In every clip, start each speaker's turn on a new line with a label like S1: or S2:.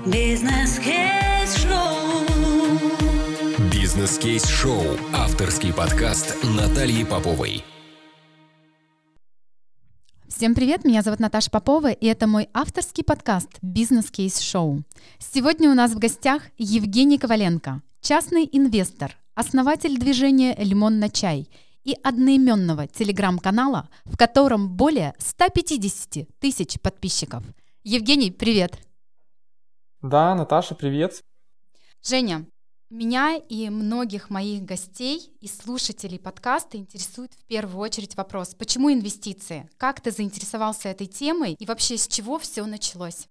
S1: Бизнес-кейс-шоу.
S2: Бизнес-кейс-шоу. Авторский подкаст Натальи Поповой.
S3: Всем привет, меня зовут Наташа Попова, и это мой авторский подкаст «Бизнес-кейс-шоу». Сегодня у нас в гостях Евгений Коваленко, частный инвестор, основатель движения «Лимон на чай» и одноименного телеграм-канала, в котором более 150 тысяч подписчиков. Евгений, привет!
S4: Да, Наташа, привет!
S3: Женя, меня и многих моих гостей и слушателей подкаста интересует в первую очередь вопрос: почему инвестиции? Как ты заинтересовался этой темой и вообще с чего все началось?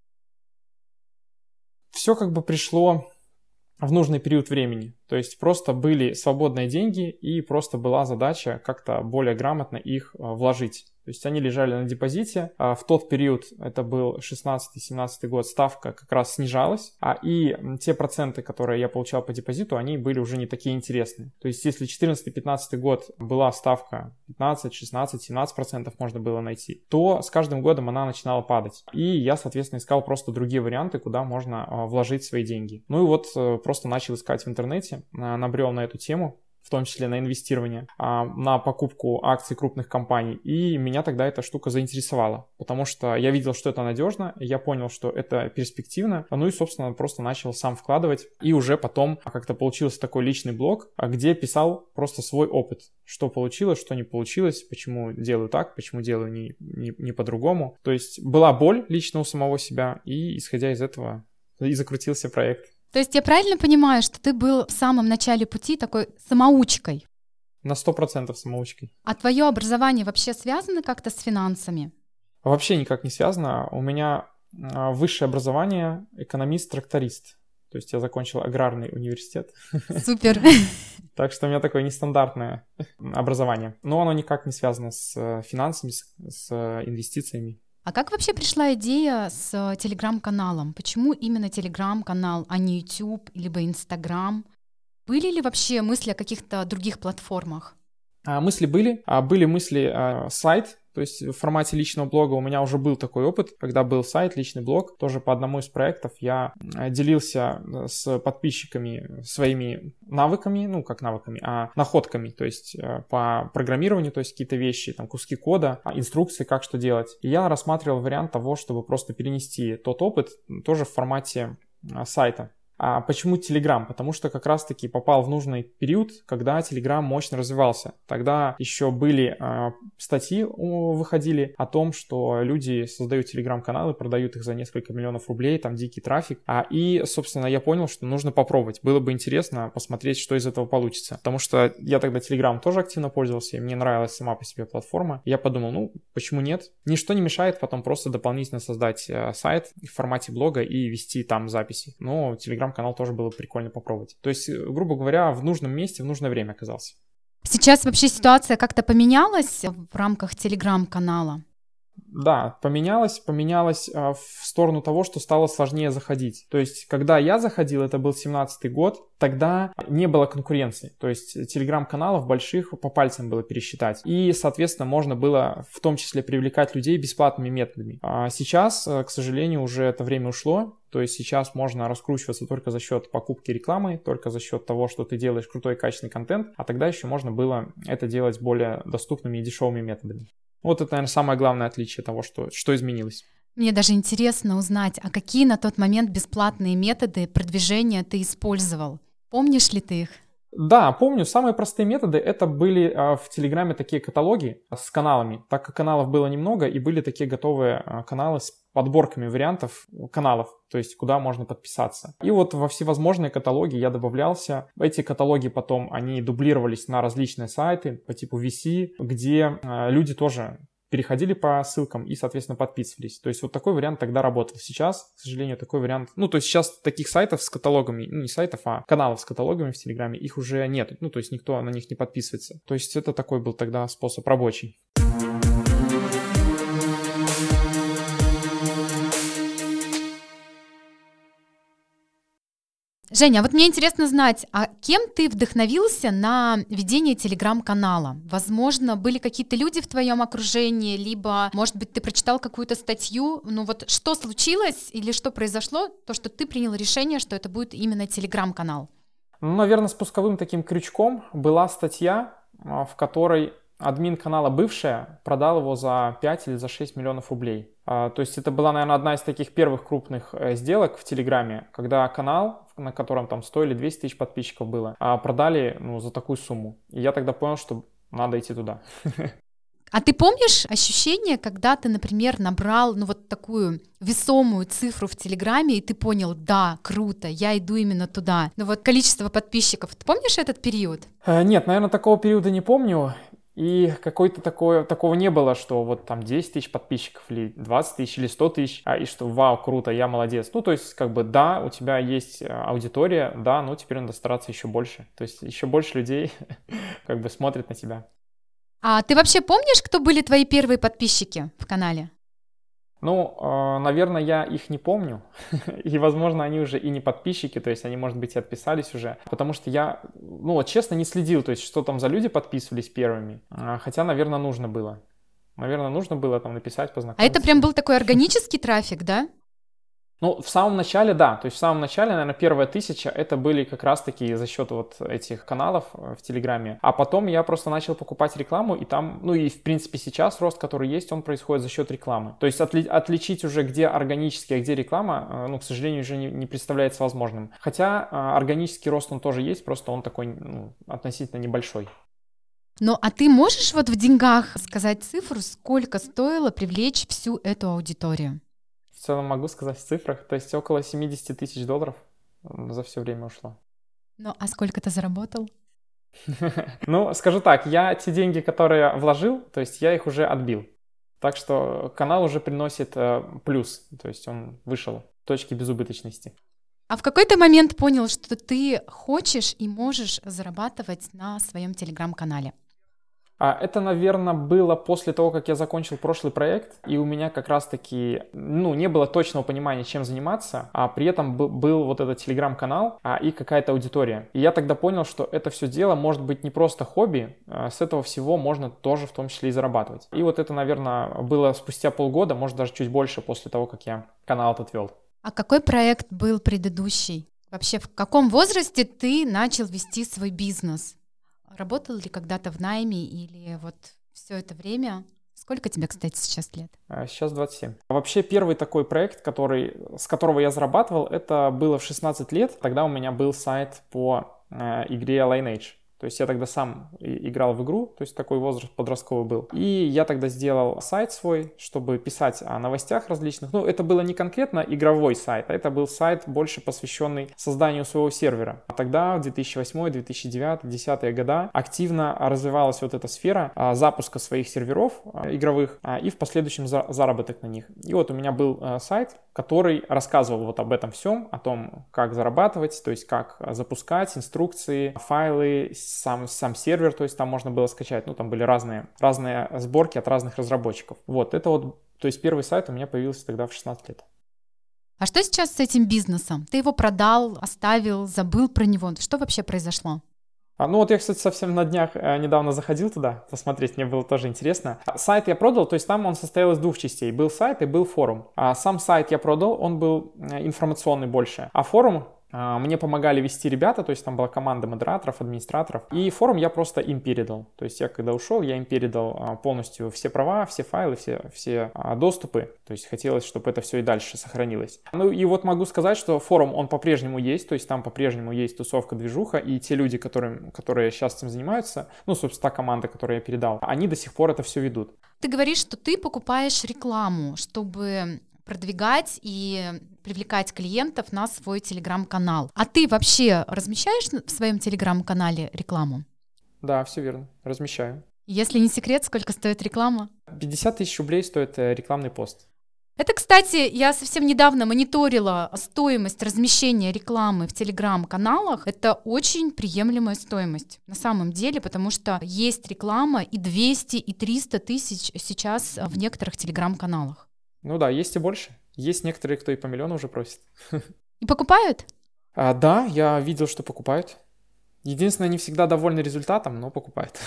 S4: Все пришло в нужный период времени. То есть просто были свободные деньги и просто была задача как-то более грамотно их вложить. То есть они лежали на депозите. В тот период, это был 16-17 год, ставка как раз снижалась. И те проценты, которые я получал по депозиту, они были уже не такие интересные. То есть если 14-15 год была ставка 15, 16, 17% можно было найти, то с каждым годом она начинала падать. И я, соответственно, искал просто другие варианты, куда можно вложить свои деньги. Ну и вот просто начал искать в интернете, набрел на эту тему, в том числе на инвестирование, на покупку акций крупных компаний. И меня тогда эта штука заинтересовала, потому что я видел, что это надежно, я понял, что это перспективно, ну и, собственно, просто начал сам вкладывать. И уже потом как-то получился такой личный блог, где писал просто свой опыт, что получилось, что не получилось, почему делаю так, почему делаю не по-другому. То есть была боль лично у самого себя, и исходя из этого и закрутился проект.
S3: То есть я правильно понимаю, что ты был в самом начале пути такой самоучкой?
S4: На 100% самоучкой.
S3: А твое образование вообще связано как-то с финансами?
S4: Вообще никак не связано. У меня высшее образование экономист-тракторист. То есть я закончил аграрный университет.
S3: Супер.
S4: Так что у меня такое нестандартное образование. Но оно никак не связано с финансами, с инвестициями.
S3: А как вообще пришла идея с телеграм-каналом? Почему именно телеграм-канал, а не YouTube, либо Instagram? Были ли вообще мысли о каких-то других платформах?
S4: Мысли были. Были мысли сайт, то есть в формате личного блога. У меня уже был такой опыт, когда был сайт, личный блог. Тоже по одному из проектов я делился с подписчиками своими навыками, находками, то есть по программированию, то есть какие-то вещи, там куски кода, инструкции, как что делать. И я рассматривал вариант того, чтобы просто перенести тот опыт тоже в формате сайта. А почему Telegram? Потому что как раз-таки попал в нужный период, когда Telegram мощно развивался. Тогда еще были статьи выходили о том, что люди создают Telegram-каналы, продают их за несколько миллионов рублей, там дикий трафик. И, собственно, я понял, что нужно попробовать. Было бы интересно посмотреть, что из этого получится. Потому что я тогда Telegram тоже активно пользовался, и мне нравилась сама по себе платформа. Я подумал, почему нет? Ничто не мешает потом просто дополнительно создать сайт в формате блога и вести там записи. Но Telegram канал тоже было прикольно попробовать. То есть, грубо говоря, в нужном месте, в нужное время оказался.
S3: Сейчас вообще ситуация как-то поменялась в рамках телеграм-канала?
S4: Да, поменялось в сторону того, что стало сложнее заходить. То есть, когда я заходил, это был 17-й год, тогда не было конкуренции. То есть, телеграм-каналов больших по пальцам было пересчитать. И, соответственно, можно было в том числе привлекать людей бесплатными методами. А сейчас, к сожалению, уже это время ушло. То есть сейчас можно раскручиваться только за счет покупки рекламы, только за счет того, что ты делаешь крутой и качественный контент, а тогда еще можно было это делать более доступными и дешевыми методами. Вот это, наверное, самое главное отличие того, что изменилось.
S3: Мне даже интересно узнать, а какие на тот момент бесплатные методы продвижения ты использовал? Помнишь ли ты их?
S4: Да, помню. Самые простые методы это были в Телеграме такие каталоги с каналами, так как каналов было немного, и были такие готовые каналы с подборками вариантов каналов, то есть куда можно подписаться. И вот во всевозможные каталоги я добавлялся. Эти каталоги потом, они дублировались на различные сайты по типу VC, где люди тоже переходили по ссылкам и, соответственно, подписывались. То есть вот такой вариант тогда работал. Сейчас, к сожалению, такой вариант... то есть сейчас таких сайтов с каталогами, не сайтов, а каналов с каталогами в Телеграме, их уже нет. То есть никто на них не подписывается. То есть это такой был тогда способ рабочий.
S3: Женя, вот мне интересно знать, а кем ты вдохновился на ведение телеграм-канала? Возможно, были какие-то люди в твоем окружении, либо, может быть, ты прочитал какую-то статью, ну вот что случилось или что произошло, то, что ты принял решение, что это будет именно телеграм-канал?
S4: Ну, наверное, спусковым таким крючком была статья, в которой админ канала бывшая продал его за 5 или за 6 миллионов рублей. То есть это была, наверное, одна из таких первых крупных сделок в Телеграме, когда канал, на котором там 100 или 200 тысяч подписчиков было, продали за такую сумму. И я тогда понял, что надо идти туда.
S3: А ты помнишь ощущение, когда ты, например, набрал вот такую весомую цифру в Телеграме, и ты понял, да, круто, я иду именно туда. Но вот количество подписчиков, ты помнишь этот период?
S4: Нет, наверное, такого периода не помню. И какой-то такого не было, что вот там 10 тысяч подписчиков, или 20 тысяч, или 100 тысяч, и что вау, круто, я молодец. Ну, то есть, да, у тебя есть аудитория, да, но теперь надо стараться еще больше. То есть еще больше людей смотрят на тебя.
S3: А ты вообще помнишь, кто были твои первые подписчики в канале?
S4: Ну, наверное, я их не помню, и, возможно, они уже и не подписчики, то есть они, может быть, и отписались уже, потому что я, честно, не следил, то есть что там за люди подписывались первыми, хотя, наверное, нужно было. Наверное, нужно было там написать, познакомиться.
S3: А это прям был такой органический трафик, да?
S4: Ну, в самом начале, да. То есть в самом начале, наверное, первая 1000 это были как раз-таки за счет вот этих каналов в Телеграме. А потом я просто начал покупать рекламу, и там, и в принципе сейчас рост, который есть, он происходит за счет рекламы. То есть отличить уже, где органически, а где реклама, к сожалению, уже не представляется возможным. Хотя органический рост, он тоже есть, просто он такой, относительно небольшой.
S3: Ну, а ты можешь вот в деньгах сказать цифру, сколько стоило привлечь всю эту аудиторию?
S4: В целом могу сказать в цифрах, то есть около $70 тысяч за все время ушло.
S3: Ну, а сколько ты заработал?
S4: Ну, скажу так, я те деньги, которые вложил, то есть я их уже отбил. Так что канал уже приносит плюс, то есть он вышел к точке безубыточности.
S3: А в какой-то момент понял, что ты хочешь и можешь зарабатывать на своем телеграм-канале?
S4: Это, наверное, было после того, как я закончил прошлый проект, и у меня как раз-таки, не было точного понимания, чем заниматься, а при этом был вот этот телеграм-канал и какая-то аудитория. И я тогда понял, что это все дело может быть не просто хобби, с этого всего можно тоже в том числе и зарабатывать. И вот это, наверное, было спустя полгода, может даже чуть больше после того, как я канал этот вел.
S3: А какой проект был предыдущий? Вообще, в каком возрасте ты начал вести свой бизнес? Работал ли когда-то в найме или вот все это время? Сколько тебе, кстати, сейчас лет?
S4: Сейчас 27. Вообще первый такой проект, с которого я зарабатывал, это было в 16 лет. Тогда у меня был сайт по игре Lineage. То есть я тогда сам играл в игру, то есть такой возраст подростковый был. И я тогда сделал сайт свой, чтобы писать о новостях различных. Это было не конкретно игровой сайт, а это был сайт, больше посвященный созданию своего сервера. А тогда в 2008, 2009, 2010 года активно развивалась вот эта сфера запуска своих серверов игровых и в последующем заработок на них. И вот у меня был сайт, который рассказывал вот об этом всем, о том, как зарабатывать, то есть как запускать инструкции, файлы, сам сервер, то есть там можно было скачать, там были разные сборки от разных разработчиков. Вот, это вот, то есть первый сайт у меня появился тогда в 16 лет.
S3: А что сейчас с этим бизнесом? Ты его продал, оставил, забыл про него? Что вообще произошло?
S4: Вот я, кстати, совсем на днях недавно заходил туда посмотреть, мне было тоже интересно. Сайт я продал, то есть там он состоял из 2 частей. Был сайт и был форум. Сам сайт я продал, он был информационный больше. А форум мне помогали вести ребята, то есть там была команда модераторов, администраторов. И форум я просто им передал. То есть я когда ушел, я им передал полностью все права, все файлы, все доступы. То есть хотелось, чтобы это все и дальше сохранилось. И вот могу сказать, что форум, он по-прежнему есть. То есть там по-прежнему есть тусовка, движуха. И те люди, которые сейчас этим занимаются, собственно, та команда, которую я передал, они до сих пор это все ведут.
S3: Ты говоришь, что ты покупаешь рекламу, чтобы продвигать и привлекать клиентов на свой телеграм-канал. А ты вообще размещаешь в своем телеграм-канале рекламу?
S4: Да, все верно, размещаю.
S3: Если не секрет, сколько стоит реклама?
S4: 50 тысяч рублей стоит рекламный пост.
S3: Это, кстати, я совсем недавно мониторила стоимость размещения рекламы в телеграм-каналах. Это очень приемлемая стоимость на самом деле, потому что есть реклама и 200, и 300 тысяч сейчас в некоторых телеграм-каналах.
S4: Да, есть и больше. Есть некоторые, кто и по миллиону уже просит.
S3: И покупают?
S4: Да, я видел, что покупают. Единственное, не всегда довольны результатом, но покупают.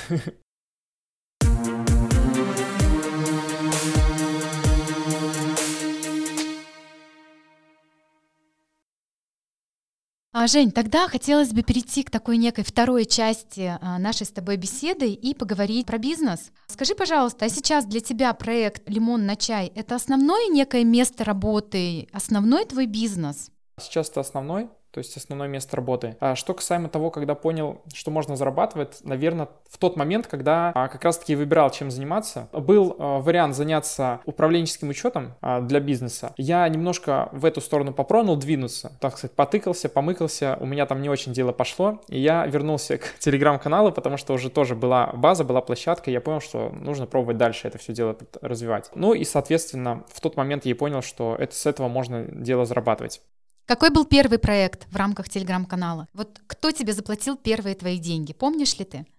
S3: Жень, тогда хотелось бы перейти к такой некой второй части нашей с тобой беседы и поговорить про бизнес. Скажи, пожалуйста, а сейчас для тебя проект «Лимон на чай» — это основное некое место работы, основной твой бизнес?
S4: Сейчас это основной, то есть основное место работы. Что касаемо того, когда понял, что можно зарабатывать, наверное, в тот момент, когда как раз-таки выбирал, чем заниматься, был вариант заняться управленческим учетом для бизнеса. Я немножко в эту сторону попробовал двинуться, так сказать, потыкался, помыкался, у меня там не очень дело пошло, и я вернулся к телеграм-каналу, потому что уже тоже была база, была площадка, и я понял, что нужно пробовать дальше это все дело развивать. Ну и, соответственно, в тот момент я понял, что с этого можно дело зарабатывать.
S3: Какой был первый проект в рамках телеграм-канала? Вот кто тебе заплатил первые твои деньги? Помнишь ли ты?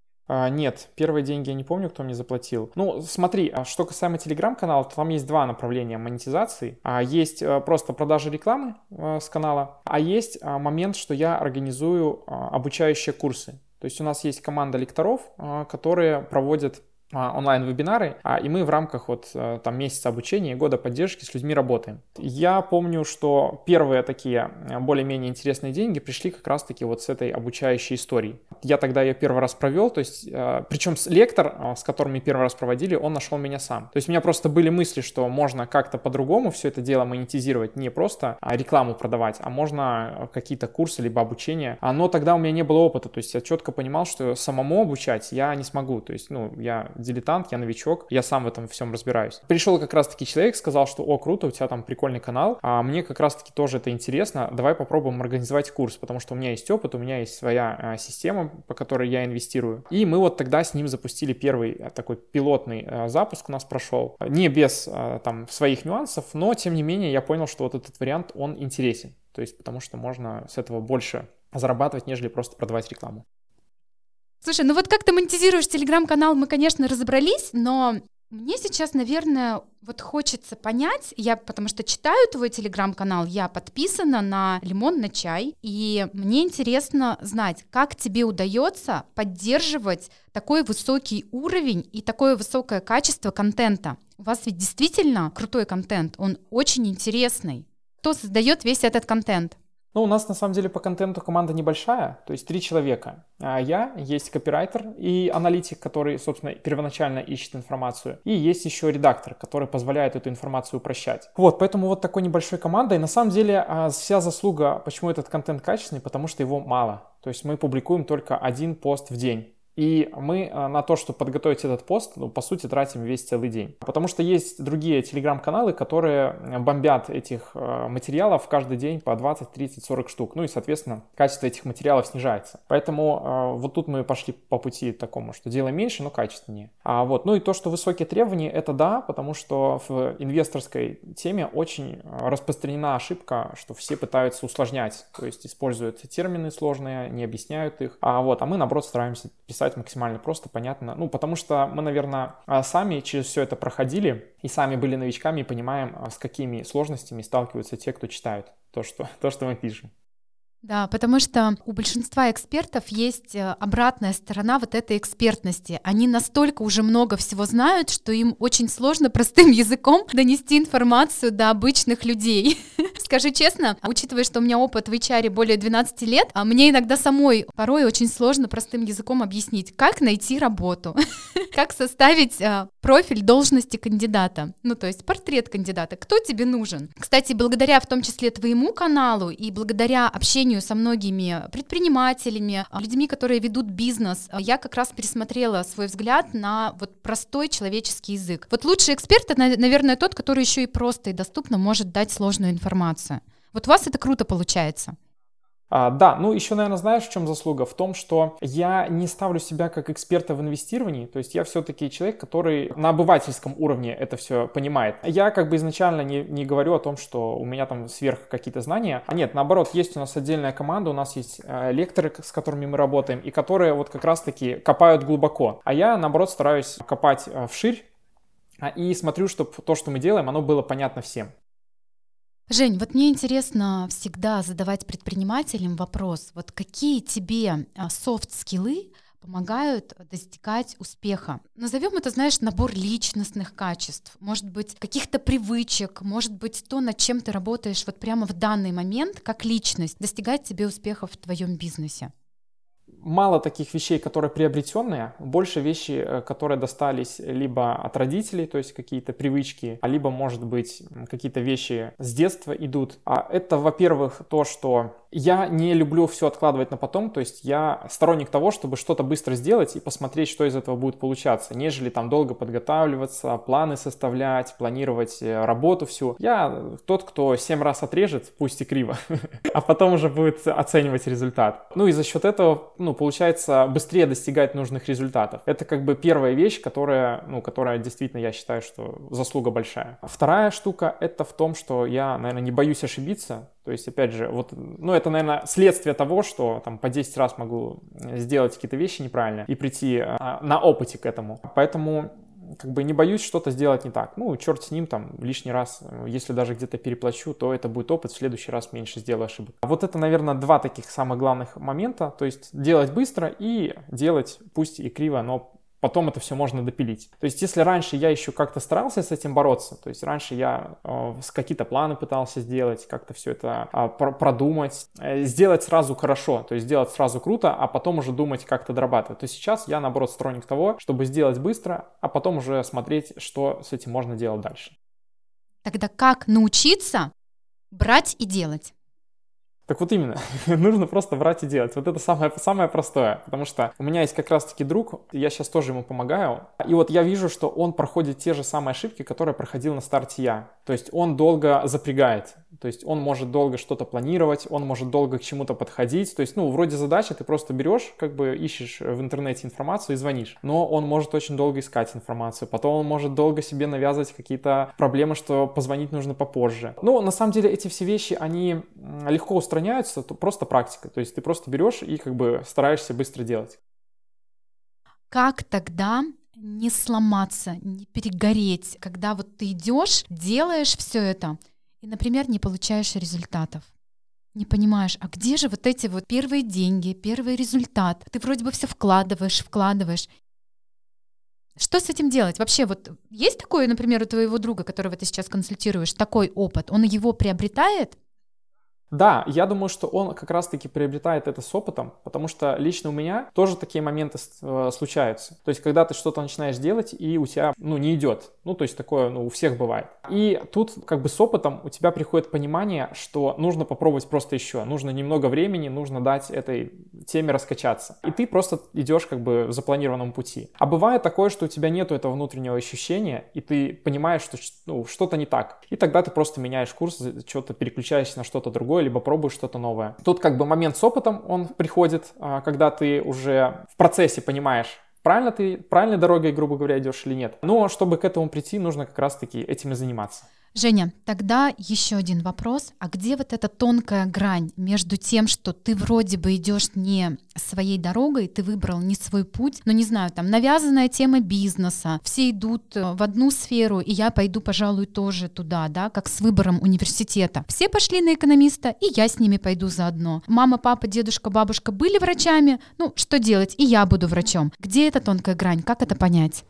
S4: Нет, первые деньги я не помню, кто мне заплатил. Ну, смотри, что касаемо телеграм-канала, то там есть два направления монетизации. Есть просто продажа рекламы с канала, а есть момент, что я организую обучающие курсы. То есть у нас есть команда лекторов, которые проводят онлайн-вебинары, и мы в рамках там месяца обучения и года поддержки с людьми работаем. Я помню, что первые такие более-менее интересные деньги пришли как раз-таки вот с этой обучающей истории. Я тогда ее первый раз провел, то есть, причем лектор, с которым мы первый раз проводили, он нашел меня сам. То есть у меня просто были мысли, что можно как-то по-другому все это дело монетизировать, не просто рекламу продавать, а можно какие-то курсы либо обучение. Но тогда у меня не было опыта, то есть я четко понимал, что самому обучать я не смогу, то есть, я дилетант, я новичок, я сам в этом всем разбираюсь. Пришел как раз-таки человек, сказал, что круто, у тебя там прикольный канал, а мне как раз-таки тоже это интересно, давай попробуем организовать курс, потому что у меня есть опыт, у меня есть своя система, по которой я инвестирую. И мы вот тогда с ним запустили первый такой пилотный запуск у нас прошел, не без там своих нюансов, но тем не менее я понял, что вот этот вариант, он интересен, то есть потому что можно с этого больше зарабатывать, нежели просто продавать рекламу.
S3: Слушай, вот как ты монетизируешь телеграм-канал, мы, конечно, разобрались, но мне сейчас, наверное, вот хочется понять, потому что читаю твой телеграм-канал, я подписана на «Лимон на чай», и мне интересно знать, как тебе удается поддерживать такой высокий уровень и такое высокое качество контента. У вас ведь действительно крутой контент, он очень интересный. Кто создает весь этот контент?
S4: У нас на самом деле по контенту команда небольшая, то есть 3 человека. Есть копирайтер и аналитик, который, собственно, первоначально ищет информацию. И есть еще редактор, который позволяет эту информацию упрощать. Поэтому вот такой небольшой командой. На самом деле вся заслуга, почему этот контент качественный, потому что его мало. То есть мы публикуем только 1 пост в день. И мы на то, чтобы подготовить этот пост, по сути, тратим весь целый день. Потому что есть другие телеграм-каналы, которые бомбят этих материалов каждый день по 20, 30, 40 штук. И, соответственно, качество этих материалов снижается. Поэтому вот тут мы пошли по пути такому, что делаем меньше, но качественнее. И то, что высокие требования, это да, потому что в инвесторской теме очень распространена ошибка, что все пытаются усложнять, то есть используют термины сложные, не объясняют их. А мы, наоборот, стараемся писать максимально просто, понятно. Потому что мы, наверное, сами через все это проходили и сами были новичками и понимаем, с какими сложностями сталкиваются те, кто читают то, что мы пишем.
S3: Да, потому что у большинства экспертов есть обратная сторона вот этой экспертности. Они настолько уже много всего знают, что им очень сложно простым языком донести информацию до обычных людей. Скажу честно, учитывая, что у меня опыт в HR более 12 лет, мне иногда самой порой очень сложно простым языком объяснить, как найти работу, как составить профиль должности кандидата, то есть портрет кандидата, кто тебе нужен. Кстати, благодаря в том числе твоему каналу и благодаря общению со многими предпринимателями, людьми, которые ведут бизнес, я как раз пересмотрела свой взгляд на простой человеческий язык. Лучший эксперт — это, наверное, тот, который еще и просто и доступно может дать сложную информацию. У вас это круто получается.
S4: Да, еще, наверное, знаешь, в чем заслуга? В том, что я не ставлю себя как эксперта в инвестировании, то есть я все-таки человек, который на обывательском уровне это все понимает. Я изначально не говорю о том, что у меня там сверх какие-то знания. Нет, наоборот, есть у нас отдельная команда, у нас есть лекторы, с которыми мы работаем, и которые как раз-таки копают глубоко. А я, наоборот, стараюсь копать вширь и смотрю, чтобы то, что мы делаем, оно было понятно всем.
S3: Жень, вот мне интересно всегда задавать предпринимателям вопрос, вот какие тебе софт-скиллы помогают достигать успеха? Назовем это, знаешь, набор личностных качеств, может быть, каких-то привычек, может быть, то, над чем ты работаешь вот прямо в данный момент, как личность, достигать тебе успеха в твоем бизнесе.
S4: Мало таких вещей, которые приобретенные, больше вещи, которые достались либо от родителей, то есть какие-то привычки, либо, может быть, какие-то вещи с детства идут. А это, во-первых, то, что я не люблю все откладывать на потом, то есть я сторонник того, чтобы что-то быстро сделать и посмотреть, что из этого будет получаться, нежели там долго подготавливаться, планы составлять, планировать работу всю. Я тот, кто 7 раз отрежет, пусть и криво, а потом уже будет оценивать результат. Ну и за счет этого, получается быстрее достигать нужных результатов. Это как бы первая вещь, которая действительно, я считаю, что заслуга большая. Вторая штука — это в том, что я, наверное, не боюсь ошибиться. То есть, опять же, это, наверное, следствие того, что там по 10 раз могу сделать какие-то вещи неправильно и прийти на опыте к этому. Поэтому как бы не боюсь что-то сделать не так. Черт с ним, там, лишний раз, если даже где-то переплачу, то это будет опыт, в следующий раз меньше сделаю ошибок. Вот это, наверное, два таких самых главных момента, то есть делать быстро и делать, пусть и криво, но потом это все можно допилить. То есть если раньше я еще как-то старался с этим бороться, то есть раньше я какие-то планы пытался сделать, как-то все это продумать, сделать сразу хорошо, то есть сделать сразу круто, а потом уже думать, как это дорабатывать, то сейчас я, наоборот, сторонник того, чтобы сделать быстро, а потом уже смотреть, что с этим можно делать дальше.
S3: Тогда как научиться брать и делать?
S4: Так вот именно, нужно просто брать и делать. Вот это самое простое, потому что у меня есть как раз-таки друг, я сейчас тоже ему помогаю, и вот я вижу, что он проходит те же самые ошибки, которые проходил на старте я. То есть он долго запрягает, то есть он может долго что-то планировать, он может долго к чему-то подходить, то есть, вроде задачи ты просто берешь, как бы ищешь в интернете информацию и звонишь, но он может очень долго искать информацию, потом он может долго себе навязывать какие-то проблемы, что позвонить нужно попозже. На самом деле эти все вещи, они легко устраняются, то просто практика, то есть ты просто берешь и как бы стараешься быстро делать.
S3: Как тогда не сломаться, не перегореть, когда вот ты идешь, делаешь все это и, например, не получаешь результатов? Не понимаешь, а где же вот эти вот первые деньги, первый результат? Ты вроде бы все вкладываешь. Что с этим делать? Вообще вот есть такое, например, у твоего друга, которого ты сейчас консультируешь, такой опыт? Он его приобретает?
S4: Да, я думаю, что он как раз-таки приобретает это с опытом, потому что лично у меня тоже такие моменты случаются. То есть, когда ты что-то начинаешь делать, и у тебя, не идет. То есть, такое, у всех бывает. И тут как бы с опытом у тебя приходит понимание, что нужно попробовать просто еще. Нужно немного времени, нужно дать этой теме раскачаться. И ты просто идешь как бы в запланированном пути. А бывает такое, что у тебя нету этого внутреннего ощущения, и ты понимаешь, что что-то не так. И тогда ты просто меняешь курс, что-то переключаешься на что-то другое, либо пробуешь что-то новое. Тут как бы момент с опытом, он приходит, когда ты уже в процессе понимаешь, правильно ты правильной дорогой, грубо говоря, идешь или нет. Но чтобы к этому прийти, нужно как раз-таки этим и заниматься.
S3: Женя, тогда еще один вопрос. А где вот эта тонкая грань между тем, что ты вроде бы идешь не своей дорогой, ты выбрал не свой путь, но не знаю, там навязанная тема бизнеса, все идут в одну сферу, и я пойду, пожалуй, тоже туда, да, как с выбором университета. Все пошли на экономиста, и я с ними пойду заодно. Мама, папа, дедушка, бабушка были врачами, что делать? И я буду врачом. Где эта тонкая грань? Как это понять?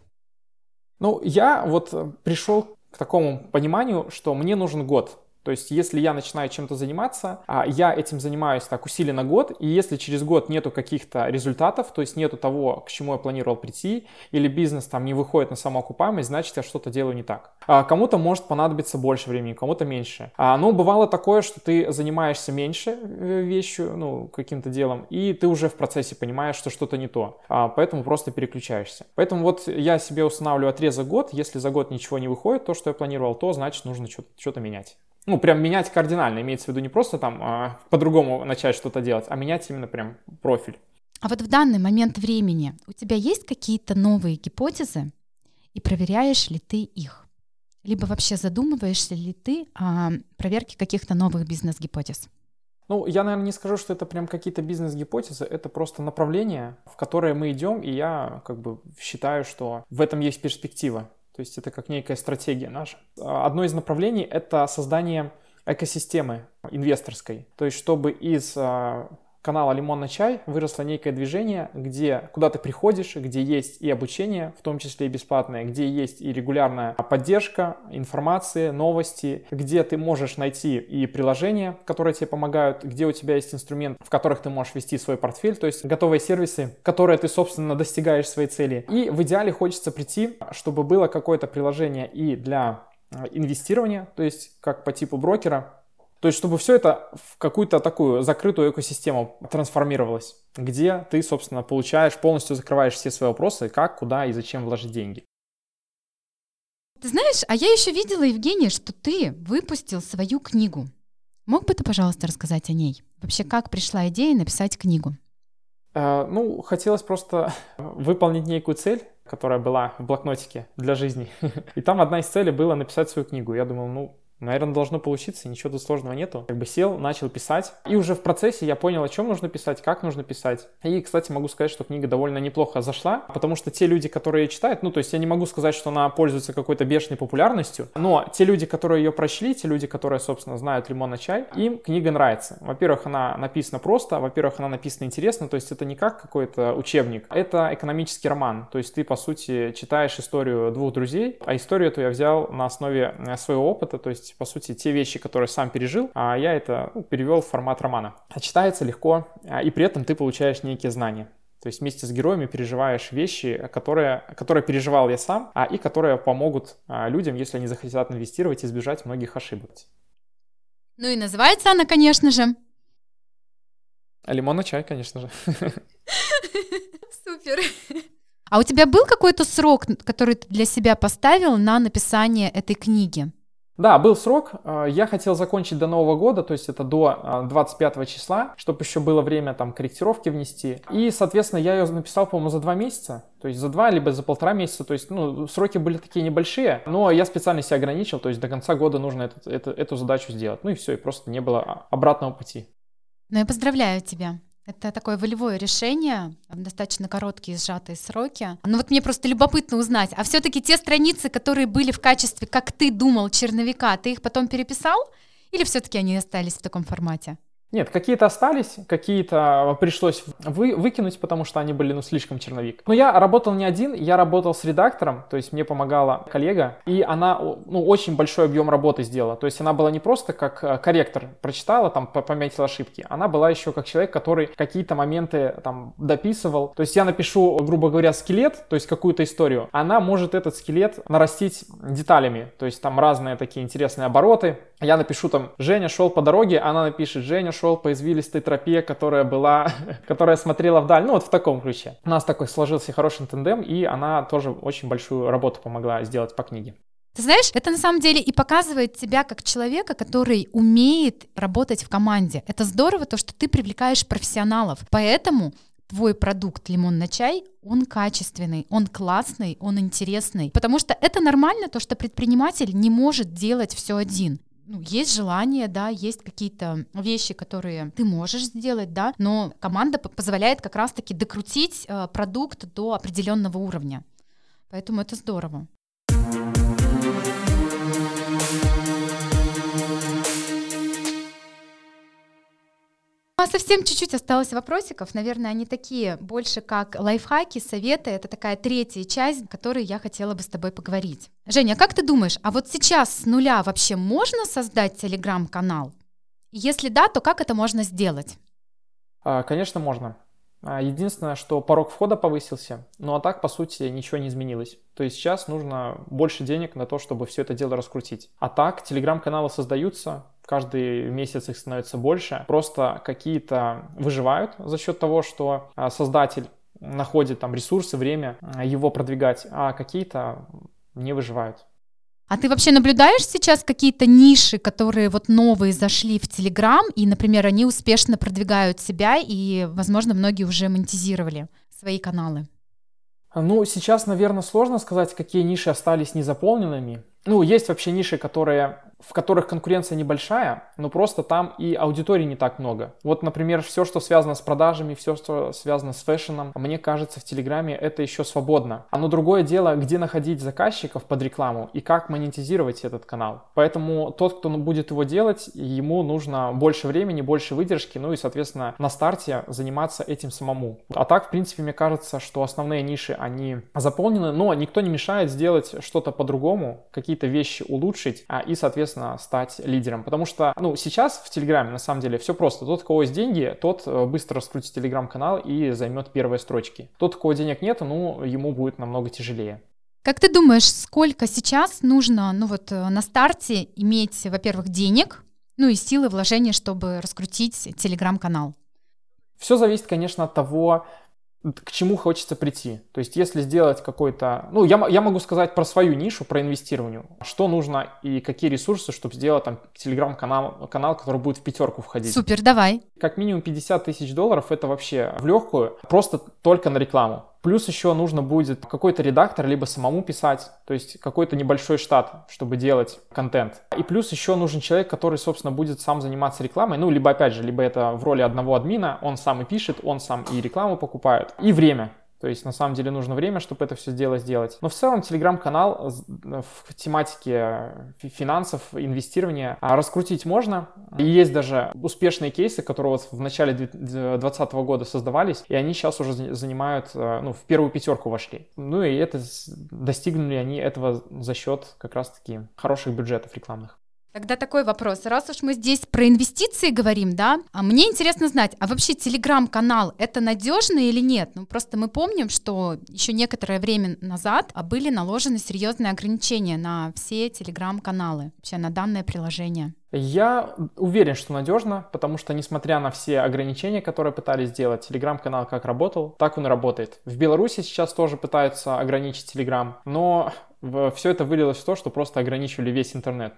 S4: Я вот пришел к такому пониманию, что мне нужен год. То есть, если я начинаю чем-то заниматься, я этим занимаюсь так усиленно год, и если через год нету каких-то результатов, то есть нету того, к чему я планировал прийти, или бизнес там не выходит на самоокупаемость, значит, я что-то делаю не так. Кому-то может понадобиться больше времени, кому-то меньше. Но бывало такое, что ты занимаешься меньше вещью, каким-то делом, и ты уже в процессе понимаешь, что что-то не то. Поэтому просто переключаешься. Поэтому вот я себе устанавливаю отрезок год, если за год ничего не выходит, то, что я планировал, то значит нужно что-то менять. Прям менять кардинально, имеется в виду не просто там по-другому начать что-то делать, а менять именно прям профиль.
S3: А вот в данный момент времени у тебя есть какие-то новые гипотезы, и проверяешь ли ты их? Либо вообще задумываешься ли ты о проверке каких-то новых бизнес-гипотез?
S4: Я, наверное, не скажу, что это прям какие-то бизнес-гипотезы, это просто направление, в которое мы идем, и я как бы считаю, что в этом есть перспектива. То есть это как некая стратегия наша. Одно из направлений — это создание экосистемы инвесторской. То есть чтобы из канала «Лимон на чай» выросло некое движение, куда ты приходишь, где есть и обучение, в том числе и бесплатное, где есть и регулярная поддержка, информация, новости, где ты можешь найти и приложения, которые тебе помогают, где у тебя есть инструмент, в которых ты можешь вести свой портфель, то есть готовые сервисы, которые ты, собственно, достигаешь своей цели. И в идеале хочется прийти, чтобы было какое-то приложение и для инвестирования, то есть как по типу брокера, то есть, чтобы все это в какую-то такую закрытую экосистему трансформировалось, где ты, собственно, полностью закрываешь все свои вопросы, как, куда и зачем вложить деньги.
S3: Ты знаешь, а я еще видела, Евгений, что ты выпустил свою книгу. Мог бы ты, пожалуйста, рассказать о ней? Вообще, как пришла идея написать книгу?
S4: Хотелось просто выполнить некую цель, которая была в блокнотике для жизни. И там одна из целей была написать свою книгу. Я думал, наверное, должно получиться, ничего тут сложного нету. Сел, начал писать. И уже в процессе я понял, о чем нужно писать, как нужно писать. И, кстати, могу сказать, что книга довольно неплохо зашла, потому что те люди, которые ее читают, то есть я не могу сказать, что она пользуется какой-то бешеной популярностью, но те люди, которые ее прочли, те люди, которые, собственно, знают «Лимон на чай», им книга нравится. Во-первых, она написана просто, во-первых, она написана интересно, то есть это не как какой-то учебник, это экономический роман. То есть ты, по сути, читаешь историю двух друзей, а историю эту я взял на основе своего опыта, то есть по сути, те вещи, которые сам пережил, а я это перевел в формат романа. Читается легко, и при этом ты получаешь некие знания. То есть вместе с героями переживаешь вещи, которые переживал я сам, и которые помогут людям, если они захотят инвестировать, избежать многих ошибок.
S3: Ну и называется она, конечно же...
S4: «Лимон на чай», конечно же.
S3: Супер. А у тебя был какой-то срок, который ты для себя поставил на написание этой книги?
S4: Да, был срок. Я хотел закончить до Нового года, то есть это до 25 числа, чтобы еще было время там корректировки внести. И, соответственно, я ее написал, по-моему, за 2 месяца, то есть за 2 либо за 1,5 месяца. То есть, сроки были такие небольшие, но я специально себя ограничил, то есть до конца года нужно эту задачу сделать. И все, и просто не было обратного пути.
S3: Я поздравляю тебя. Это такое волевое решение, достаточно короткие сжатые сроки. Мне просто любопытно узнать, а все-таки те страницы, которые были в качестве, как ты думал, черновика, ты их потом переписал? Или все-таки они остались в таком формате?
S4: Нет, какие-то остались, какие-то пришлось выкинуть, потому что они были, слишком черновик. Но я работал не один, я работал с редактором, то есть мне помогала коллега, и она, очень большой объем работы сделала. То есть она была не просто как корректор прочитала, пометила ошибки, она была еще как человек, который какие-то моменты дописывал. То есть я напишу, грубо говоря, скелет, то есть какую-то историю, она может этот скелет нарастить деталями, то есть там разные такие интересные обороты. Я напишу Женя шел по дороге, она напишет Женя шел по извилистой тропе, которая смотрела вдаль. В таком ключе. У нас такой сложился хороший тандем, и она тоже очень большую работу помогла сделать по книге.
S3: Ты знаешь, это на самом деле и показывает тебя как человека, который умеет работать в команде. Это здорово, то, что ты привлекаешь профессионалов. Поэтому твой продукт «Лимон на чай», он качественный, он классный, он интересный. Потому что это нормально, то, что предприниматель не может делать все один. Есть желание, да, есть какие-то вещи, которые ты можешь сделать, да, но команда позволяет как раз-таки докрутить продукт до определенного уровня. Поэтому это здорово. Совсем чуть-чуть осталось вопросиков. Наверное, они такие больше как лайфхаки, советы. Это такая третья часть, о которой я хотела бы с тобой поговорить. Женя, как ты думаешь, а вот сейчас с нуля вообще можно создать телеграм-канал? Если да, то как это можно сделать?
S4: Конечно, можно. Единственное, что порог входа повысился, а так, по сути, ничего не изменилось. То есть сейчас нужно больше денег на то, чтобы все это дело раскрутить. А так, телеграм-каналы создаются, каждый месяц их становится больше. Просто какие-то выживают за счет того, что создатель находит ресурсы, время его продвигать, а какие-то не выживают.
S3: А ты вообще наблюдаешь сейчас какие-то ниши, которые новые зашли в Телеграм, и, например, они успешно продвигают себя, и, возможно, многие уже монетизировали свои каналы?
S4: Сейчас, наверное, сложно сказать, какие ниши остались незаполненными. Есть вообще ниши, которые в которых конкуренция небольшая, но просто там и аудитории не так много. Вот, например, все, что связано с продажами, все, что связано с фэшном, мне кажется, в Телеграме это еще свободно. Но другое дело, где находить заказчиков под рекламу и как монетизировать этот канал. Поэтому тот, кто будет его делать, ему нужно больше времени, больше выдержки, ну и, соответственно, на старте заниматься этим самому. А так, в принципе, мне кажется, что основные ниши, они заполнены, но никто не мешает сделать что-то по-другому, какие-то вещи улучшить и, соответственно, стать лидером. Потому что, сейчас в Телеграме, на самом деле, все просто. Тот, у кого есть деньги, тот быстро раскрутит Телеграм-канал и займет первые строчки. Тот, у кого денег нет, ему будет намного тяжелее.
S3: Как ты думаешь, сколько сейчас нужно, на старте иметь, во-первых, денег, и силы вложения, чтобы раскрутить Телеграм-канал?
S4: Все зависит, конечно, от того, к чему хочется прийти. То есть, если сделать какой-то... я могу сказать про свою нишу, про инвестирование. Что нужно и какие ресурсы, чтобы сделать там Телеграм-канал, который будет в 5 входить.
S3: Супер, давай.
S4: Как минимум $50 000 это вообще в легкую, просто только на рекламу. Плюс еще нужно будет какой-то редактор, либо самому писать, то есть какой-то небольшой штат, чтобы делать контент. И плюс еще нужен человек, который, собственно, будет сам заниматься рекламой, либо, опять же, либо это в роли одного админа, он сам и пишет, он сам и рекламу покупает, и время. То есть, на самом деле, нужно время, чтобы это все дело сделать. Но в целом, Телеграм-канал в тематике финансов, инвестирования раскрутить можно. И есть даже успешные кейсы, которые вот в начале 2020 года создавались, и они сейчас уже занимают, в первую 5 вошли. И это достигнули они этого за счет как раз-таки хороших бюджетов рекламных.
S3: Тогда такой вопрос. Раз уж мы здесь про инвестиции говорим, да, мне интересно знать, а вообще Телеграм-канал это надежно или нет? Просто мы помним, что еще некоторое время назад были наложены серьезные ограничения на все Телеграм-каналы, вообще на данное приложение.
S4: Я уверен, что надежно, потому что, несмотря на все ограничения, которые пытались сделать, Телеграм-канал как работал, так он и работает. В Беларуси сейчас тоже пытаются ограничить Телеграм, но все это вылилось в то, что просто ограничивали весь интернет.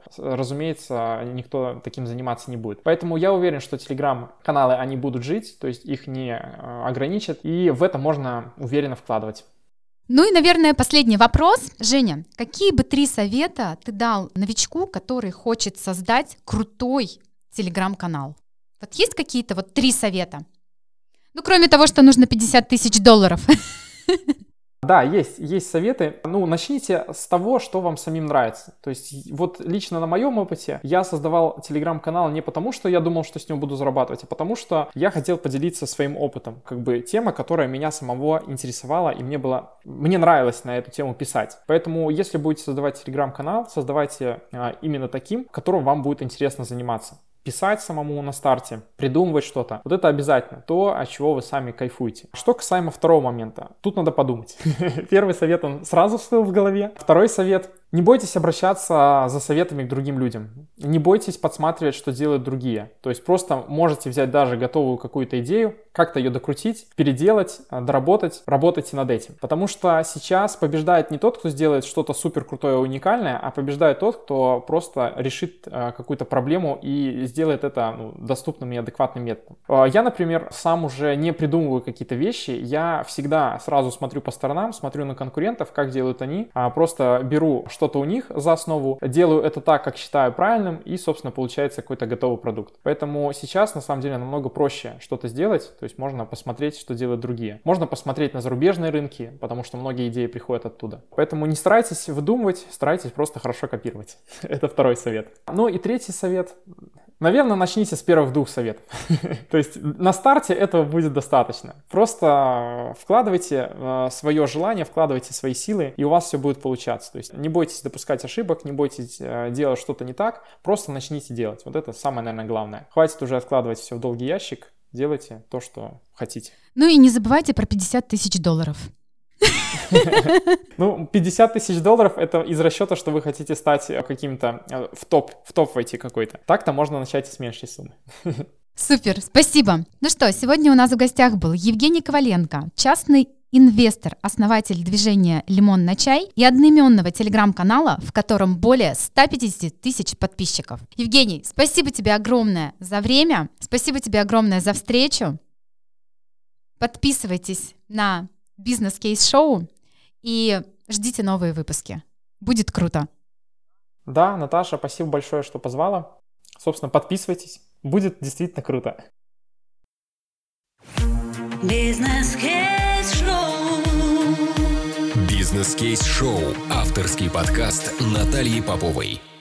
S4: Разумеется, никто таким заниматься не будет. Поэтому я уверен, что Телеграм-каналы, они будут жить, то есть их не ограничат, и в это можно уверенно вкладывать.
S3: И, наверное, последний вопрос. Женя, какие бы 3 совета ты дал новичку, который хочет создать крутой Телеграм-канал? Вот есть какие-то 3 совета? Кроме того, что нужно $50 000.
S4: Да, есть советы. Начните с того, что вам самим нравится. То есть вот лично на моем опыте я создавал Телеграм-канал не потому, что я думал, что с него буду зарабатывать, а потому что я хотел поделиться своим опытом. Тема, которая меня самого интересовала, и мне нравилось на эту тему писать. Поэтому, если будете создавать Телеграм-канал, создавайте именно таким, которым вам будет интересно заниматься. Писать самому на старте, придумывать что-то. Вот это обязательно то, от чего вы сами кайфуете. Что касаемо второго момента, тут надо подумать. Первый совет, он сразу всплыл в голове. Второй совет. Не бойтесь обращаться за советами к другим людям. Не бойтесь подсматривать, что делают другие. То есть просто можете взять даже готовую какую-то идею, как-то ее докрутить, переделать, доработать, работайте над этим. Потому что сейчас побеждает не тот, кто сделает что-то супер крутое и уникальное, а побеждает тот, кто просто решит какую-то проблему и сделает это доступным и адекватным методом. Я, например, сам уже не придумываю какие-то вещи, я всегда сразу смотрю по сторонам, смотрю на конкурентов, как делают они, просто беру что-то у них за основу, делаю это так, как считаю правильным, и, собственно, получается какой-то готовый продукт. Поэтому сейчас, на самом деле, намного проще что-то сделать, то есть можно посмотреть, что делают другие. Можно посмотреть на зарубежные рынки, потому что многие идеи приходят оттуда. Поэтому не старайтесь выдумывать, старайтесь просто хорошо копировать. Это второй совет. И третий совет. Наверное, начните с первых 2 советов. То есть на старте этого будет достаточно. Просто вкладывайте свое желание, вкладывайте свои силы, и у вас все будет получаться. То есть не бойтесь допускать ошибок, не бойтесь делать что-то не так, просто начните делать. Вот это самое, наверное, главное. Хватит уже откладывать все в долгий ящик, делайте то, что хотите.
S3: И не забывайте про $50 000.
S4: $50 000 это из расчета, что вы хотите стать каким-то в топ войти какой-то. Так-то можно начать и с меньшей суммы.
S3: Супер, спасибо. Сегодня у нас в гостях был Евгений Коваленко, частный инвестор, основатель движения «Лимон на чай» и одноименного телеграм-канала, в котором более 150 000 подписчиков. Евгений, спасибо тебе огромное за время, спасибо тебе огромное за встречу. Подписывайтесь на бизнес-кейс-шоу и ждите новые выпуски. Будет круто.
S4: Да, Наташа, спасибо большое, что позвала. Собственно, подписывайтесь. Будет действительно круто.
S2: Бизнес-кейс-шоу. Авторский подкаст Натальи Поповой.